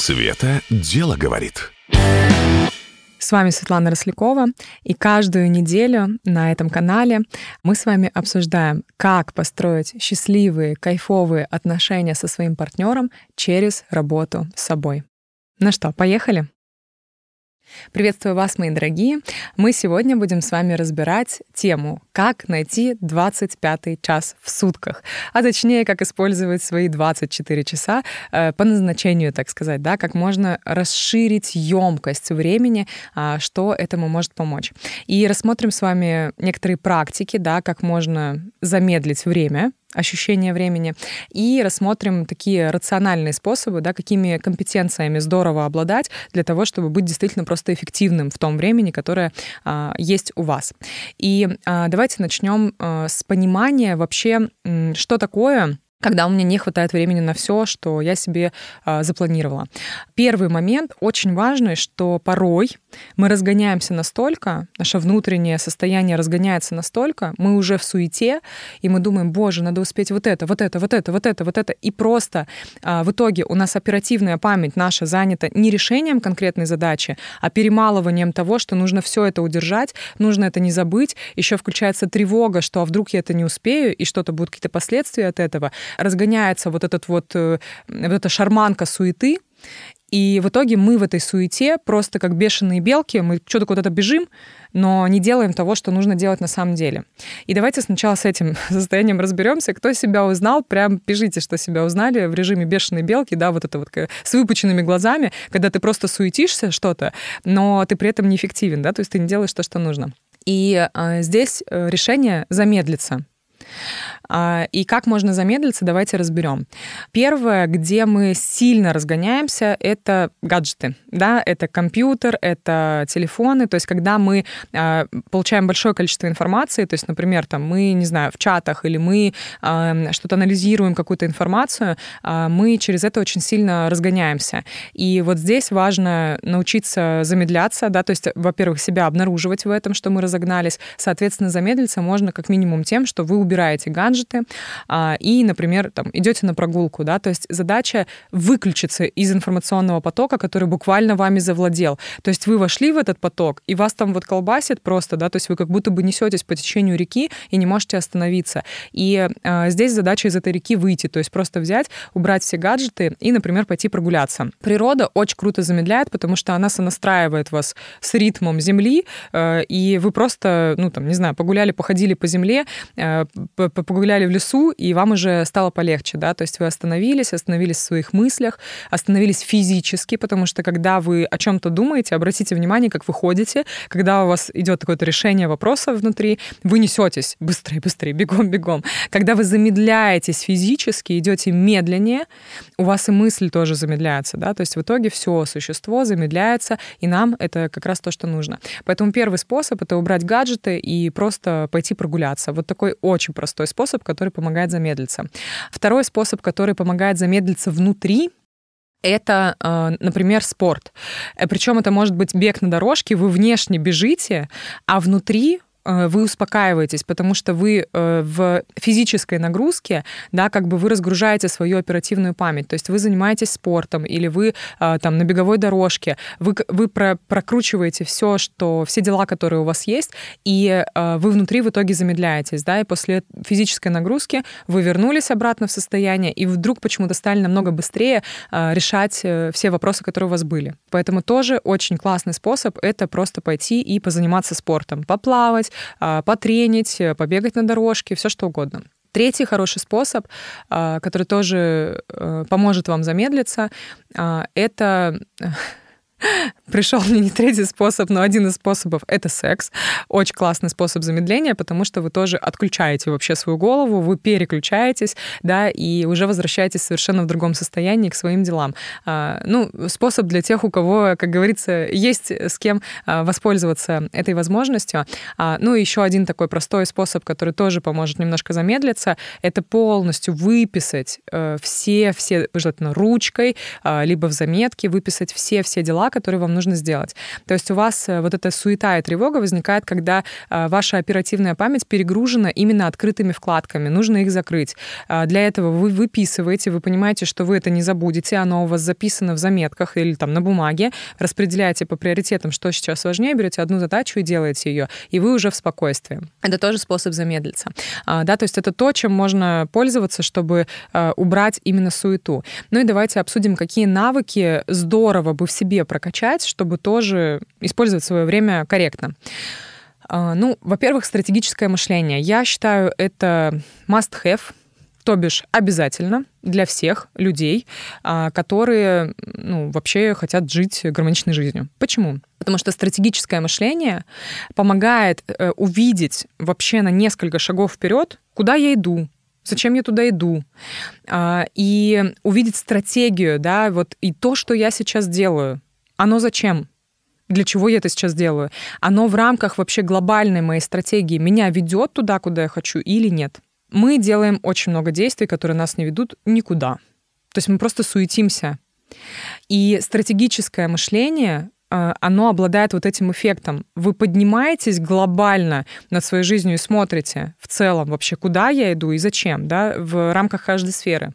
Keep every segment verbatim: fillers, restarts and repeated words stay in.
Света дело говорит. С вами Светлана Рослякова, и каждую неделю на этом канале мы с вами обсуждаем, как построить счастливые, кайфовые отношения со своим партнером через работу с собой. Ну что, поехали? Приветствую вас, мои дорогие. Мы сегодня будем с вами разбирать тему «Как найти двадцать пятый час в сутках», а точнее, как использовать свои двадцать четыре часа э, по назначению, так сказать, да, как можно расширить емкость времени, э, что этому может помочь. И рассмотрим с вами некоторые практики, да, как можно замедлить время, ощущение времени, и рассмотрим такие рациональные способы, да, какими компетенциями здорово обладать для того, чтобы быть действительно просто эффективным в том времени, которое а, есть у вас. И а, давайте начнем а, с понимания вообще, что такое, когда у меня не хватает времени на все, что я себе э, запланировала. Первый момент очень важный, что порой мы разгоняемся настолько, наше внутреннее состояние разгоняется настолько, мы уже в суете, и мы думаем, боже, надо успеть вот это, вот это, вот это, вот это, вот это. И просто э, в итоге у нас оперативная память наша занята не решением конкретной задачи, а перемалыванием того, что нужно все это удержать, нужно это не забыть. Еще включается тревога, что а вдруг я это не успею, и что-то будут какие-то последствия от этого. Разгоняется вот, этот вот, вот эта шарманка суеты, и в итоге мы в этой суете просто как бешеные белки, мы что-то куда-то бежим, но не делаем того, что нужно делать на самом деле. И давайте сначала с этим состоянием разберемся. Кто себя узнал, прям пишите, что себя узнали в режиме бешеной белки, да, вот это вот с выпученными глазами, когда ты просто суетишься что-то, но ты при этом неэффективен, да, то есть ты не делаешь то, что нужно. И а, здесь решение замедлиться. И как можно замедлиться, давайте разберем. Первое, где мы сильно разгоняемся, это гаджеты. Да? Это компьютер, это телефоны. То есть когда мы получаем большое количество информации, то есть, например, там, мы, не знаю, в чатах или мы что-то анализируем, какую-то информацию, мы через это очень сильно разгоняемся. И вот здесь важно научиться замедляться, да? То есть, во-первых, себя обнаруживать в этом, что мы разогнались. Соответственно, замедлиться можно как минимум тем, что вы убираете гаджеты, и, например, там, идете на прогулку, да, то есть задача выключиться из информационного потока, который буквально вами завладел. То есть вы вошли в этот поток, и вас там вот колбасит просто, да, то есть вы как будто бы несетесь по течению реки и не можете остановиться. И а, здесь задача из этой реки выйти, то есть просто взять, убрать все гаджеты и, например, пойти прогуляться. Природа очень круто замедляет, потому что она сонастраивает вас с ритмом Земли, э, и вы просто, ну, там, не знаю, погуляли, походили по земле, э, погуляли в лесу, и вам уже стало полегче, да, то есть вы остановились, остановились в своих мыслях, остановились физически, потому что когда вы о чем-то думаете, обратите внимание, как вы ходите, когда у вас идет какое-то решение вопроса внутри, вы несетесь быстрее, быстрее, бегом, бегом. Когда вы замедляетесь физически, идете медленнее, у вас и мысль тоже замедляется, да, то есть в итоге все существо замедляется, и нам это как раз то, что нужно. Поэтому первый способ — это убрать гаджеты и просто пойти прогуляться. Вот такой очень простой способ, который помогает замедлиться. Второй способ, который помогает замедлиться внутри, это, например, спорт. Причем это может быть бег на дорожке, вы внешне бежите, а внутри вы успокаиваетесь, потому что вы в физической нагрузке, да, как бы вы разгружаете свою оперативную память. То есть вы занимаетесь спортом или вы там на беговой дорожке, вы, вы про, прокручиваете все, что, все дела, которые у вас есть, и вы внутри в итоге замедляетесь, да, и после физической нагрузки вы вернулись обратно в состояние, и вдруг почему-то стали намного быстрее решать все вопросы, которые у вас были. Поэтому тоже очень классный способ — это просто пойти и позаниматься спортом, поплавать, потренить, побегать на дорожке, все что угодно. Третий хороший способ, который тоже поможет вам замедлиться, это... Пришел мне не третий способ, но один из способов — это секс. Очень классный способ замедления, потому что вы тоже отключаете вообще свою голову, вы переключаетесь, да, и уже возвращаетесь совершенно в другом состоянии к своим делам. Ну, способ для тех, у кого, как говорится, есть с кем воспользоваться этой возможностью. Ну, и еще один такой простой способ, который тоже поможет немножко замедлиться, это полностью выписать все, все, желательно ручкой, либо в заметке, выписать все-все дела, дела, которые вам нужно сделать. То есть у вас вот эта суета и тревога возникает, когда ваша оперативная память перегружена именно открытыми вкладками. Нужно их закрыть. Для этого вы выписываете, вы понимаете, что вы это не забудете, оно у вас записано в заметках или там на бумаге, распределяете по приоритетам, что сейчас важнее, берете одну задачу и делаете ее, и вы уже в спокойствии. Это тоже способ замедлиться. Да, то есть это то, чем можно пользоваться, чтобы убрать именно суету. Ну и давайте обсудим, какие навыки здорово бы в себе прокачать, чтобы тоже использовать свое время корректно. Ну, во-первых, стратегическое мышление. Я считаю, это must-have, то бишь обязательно для всех людей, которые ну, вообще хотят жить гармоничной жизнью. Почему? Потому что стратегическое мышление помогает увидеть вообще на несколько шагов вперед, куда я иду, зачем я туда иду, и увидеть стратегию, да, вот и то, что я сейчас делаю, оно зачем? Для чего я это сейчас делаю? Оно в рамках вообще глобальной моей стратегии меня ведет туда, куда я хочу, или нет? Мы делаем очень много действий, которые нас не ведут никуда. То есть мы просто суетимся. И стратегическое мышление, оно обладает вот этим эффектом. Вы поднимаетесь глобально над своей жизнью и смотрите в целом вообще, куда я иду и зачем, да, в рамках каждой сферы.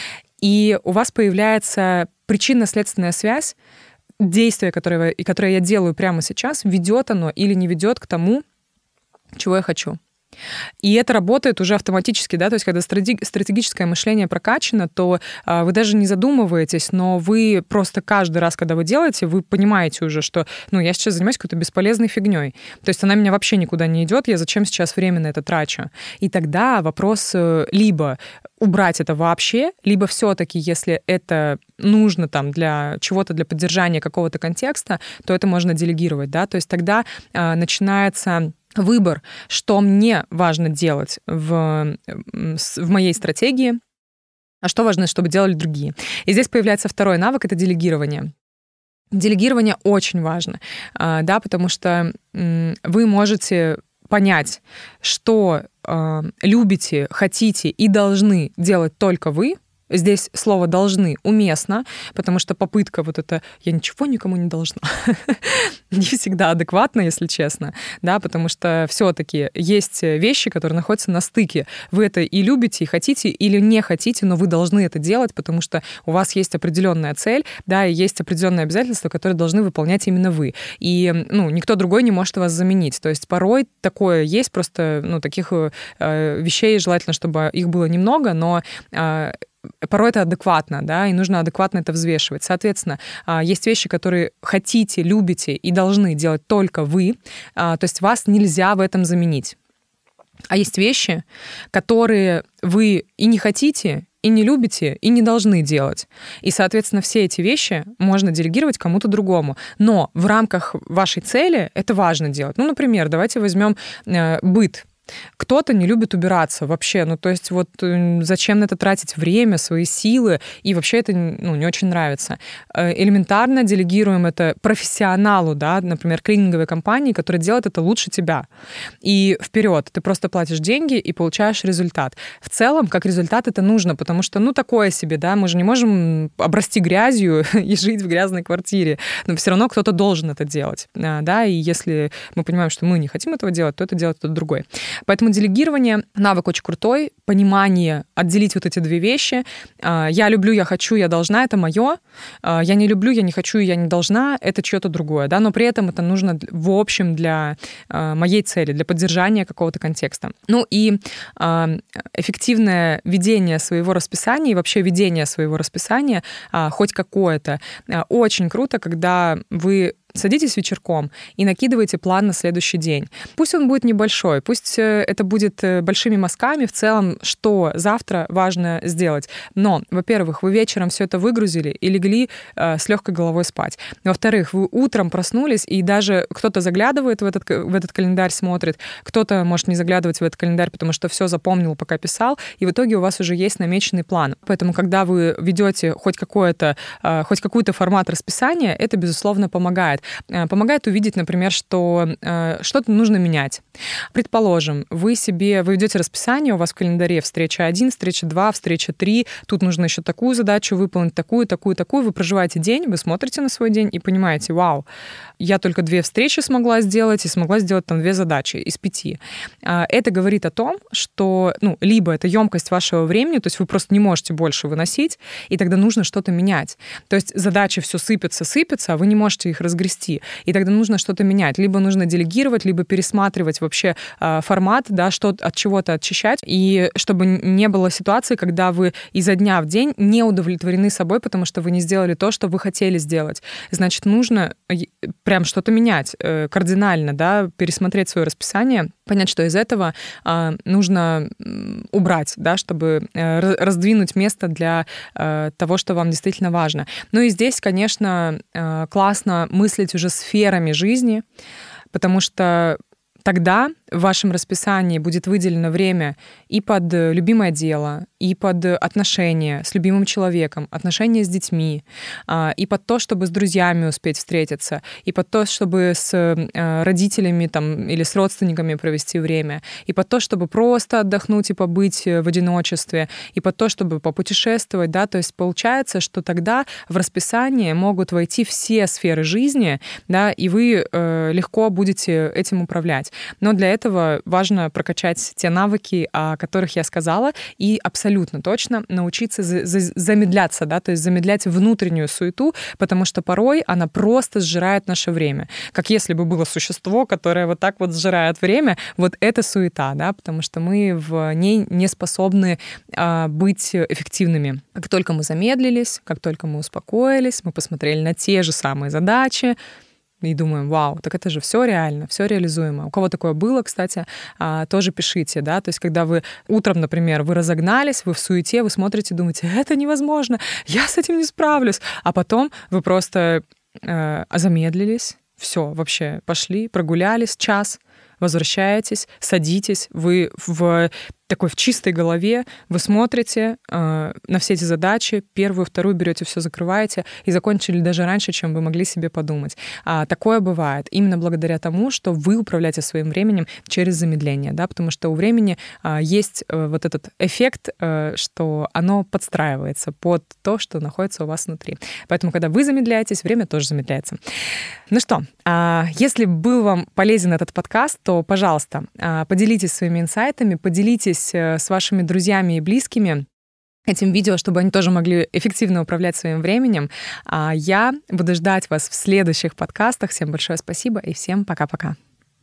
И у вас появляется причинно-следственная связь. Действие, которое, которое я делаю прямо сейчас, ведет оно или не ведет к тому, чего я хочу. И это работает уже автоматически, да, то есть когда стратегическое мышление прокачано, то а, вы даже не задумываетесь, но вы просто каждый раз, когда вы делаете, вы понимаете уже, что, ну, я сейчас занимаюсь какой-то бесполезной фигней, то есть она меня вообще никуда не идет, я зачем сейчас время на это трачу? И тогда вопрос либо убрать это вообще, либо все-таки, если это нужно там для чего-то, для поддержания какого-то контекста, то это можно делегировать, да, то есть тогда а, начинается выбор, что мне важно делать в, в моей стратегии, а что важно, чтобы делали другие. И здесь появляется второй навык — это делегирование. Делегирование очень важно, да, потому что вы можете понять, что любите, хотите и должны делать только вы. Здесь слово «должны» уместно, потому что попытка вот это «я ничего никому не должна» не всегда адекватна, если честно, да, потому что все-таки есть вещи, которые находятся на стыке. Вы это и любите, и хотите, или не хотите, но вы должны это делать, потому что у вас есть определенная цель, да, и есть определенные обязательства, которые должны выполнять именно вы. И, ну, никто другой не может вас заменить. То есть порой такое есть, просто, ну, таких э, вещей желательно, чтобы их было немного, но э, порой это адекватно, да, и нужно адекватно это взвешивать. Соответственно, есть вещи, которые хотите, любите и должны делать только вы, то есть вас нельзя в этом заменить. А есть вещи, которые вы и не хотите, и не любите, и не должны делать. И, соответственно, все эти вещи можно делегировать кому-то другому. Но в рамках вашей цели это важно делать. Ну, например, давайте возьмем э, быт. Кто-то не любит убираться вообще, ну, то есть вот зачем на это тратить время, свои силы, и вообще это, ну, не очень нравится. Элементарно делегируем это профессионалу, да, например, клининговой компании, которая делает это лучше тебя. И вперед, ты просто платишь деньги и получаешь результат. В целом, как результат, это нужно, потому что, ну, такое себе, да, мы же не можем обрасти грязью и жить в грязной квартире, но все равно кто-то должен это делать, да, и если мы понимаем, что мы не хотим этого делать, то это делает кто-то другой. Поэтому делегирование — навык очень крутой, понимание, отделить вот эти две вещи. Я люблю, я хочу, я должна — это мое. Я не люблю, я не хочу, я не должна — это чьё-то другое. Да? Но при этом это нужно в общем для моей цели, для поддержания какого-то контекста. Ну и эффективное ведение своего расписания и вообще ведение своего расписания, хоть какое-то, очень круто, когда вы садитесь вечерком и накидываете план на следующий день. Пусть он будет небольшой, пусть это будет большими мазками в целом, что завтра важно сделать. Но, во-первых, вы вечером все это выгрузили и легли э, с легкой головой спать. Во-вторых, вы утром проснулись, и даже кто-то заглядывает в этот, в этот календарь, смотрит, кто-то может не заглядывать в этот календарь, потому что все запомнил, пока писал, и в итоге у вас уже есть намеченный план. Поэтому, когда вы ведете хоть какое-то, э, хоть какой-то формат расписания, это, безусловно, помогает. Помогает увидеть, например, что что-то нужно менять. Предположим, вы себе, вы ведете расписание, у вас в календаре встреча один, встреча два, встреча три, тут нужно еще такую задачу выполнить, такую, такую, такую. Вы проживаете день, вы смотрите на свой день и понимаете, вау, я только две встречи смогла сделать и смогла сделать там две задачи из пяти. Это говорит о том, что, ну, либо это емкость вашего времени, то есть вы просто не можете больше выносить, и тогда нужно что-то менять. То есть задачи все сыпятся, сыпятся, а вы не можете их разгрести, и тогда нужно что-то менять. Либо нужно делегировать, либо пересматривать вообще э, формат, да, что от чего-то очищать, и чтобы не было ситуации, когда вы изо дня в день не удовлетворены собой, потому что вы не сделали то, что вы хотели сделать. Значит, нужно прям что-то менять э, кардинально, да, пересмотреть свое расписание, понять, что из этого э, нужно убрать, да, чтобы э, раздвинуть место для э, того, что вам действительно важно. Ну и здесь, конечно, э, классно мыслить уже сферами жизни, потому что тогда в вашем расписании будет выделено время и под любимое дело, и под отношения с любимым человеком, отношения с детьми, и под то, чтобы с друзьями успеть встретиться, и под то, чтобы с родителями там, или с родственниками провести время, и под то, чтобы просто отдохнуть и побыть в одиночестве, и под то, чтобы попутешествовать. Да? То есть получается, что тогда в расписание могут войти все сферы жизни, да, и вы легко будете этим управлять. Но для этого важно прокачать те навыки, о которых я сказала, и абсолютно точно научиться за- за- замедляться, да, то есть замедлять внутреннюю суету, потому что порой она просто сжирает наше время. Как если бы было существо, которое вот так вот сжирает время, вот это суета, да, потому что мы в ней не способны а, быть эффективными. Как только мы замедлились, как только мы успокоились, мы посмотрели на те же самые задачи, и думаем, вау, так это же все реально, все реализуемо. У кого такое было, кстати, тоже пишите, да, то есть когда вы утром, например, вы разогнались, вы в суете, вы смотрите, думаете, это невозможно, я с этим не справлюсь, а потом вы просто э, замедлились, все, вообще пошли, прогулялись час, возвращаетесь, садитесь, вы в такой в чистой голове, вы смотрите э, на все эти задачи, первую, вторую берете, все закрываете и закончили даже раньше, чем вы могли себе подумать. А такое бывает именно благодаря тому, что вы управляете своим временем через замедление, да, потому что у времени э, есть э, вот этот эффект, э, что оно подстраивается под то, что находится у вас внутри. Поэтому, когда вы замедляетесь, время тоже замедляется. Ну что, э, если был вам полезен этот подкаст, то, пожалуйста, э, поделитесь своими инсайтами, поделитесь с вашими друзьями и близкими этим видео, чтобы они тоже могли эффективно управлять своим временем. А я буду ждать вас в следующих подкастах. Всем большое спасибо и всем пока-пока.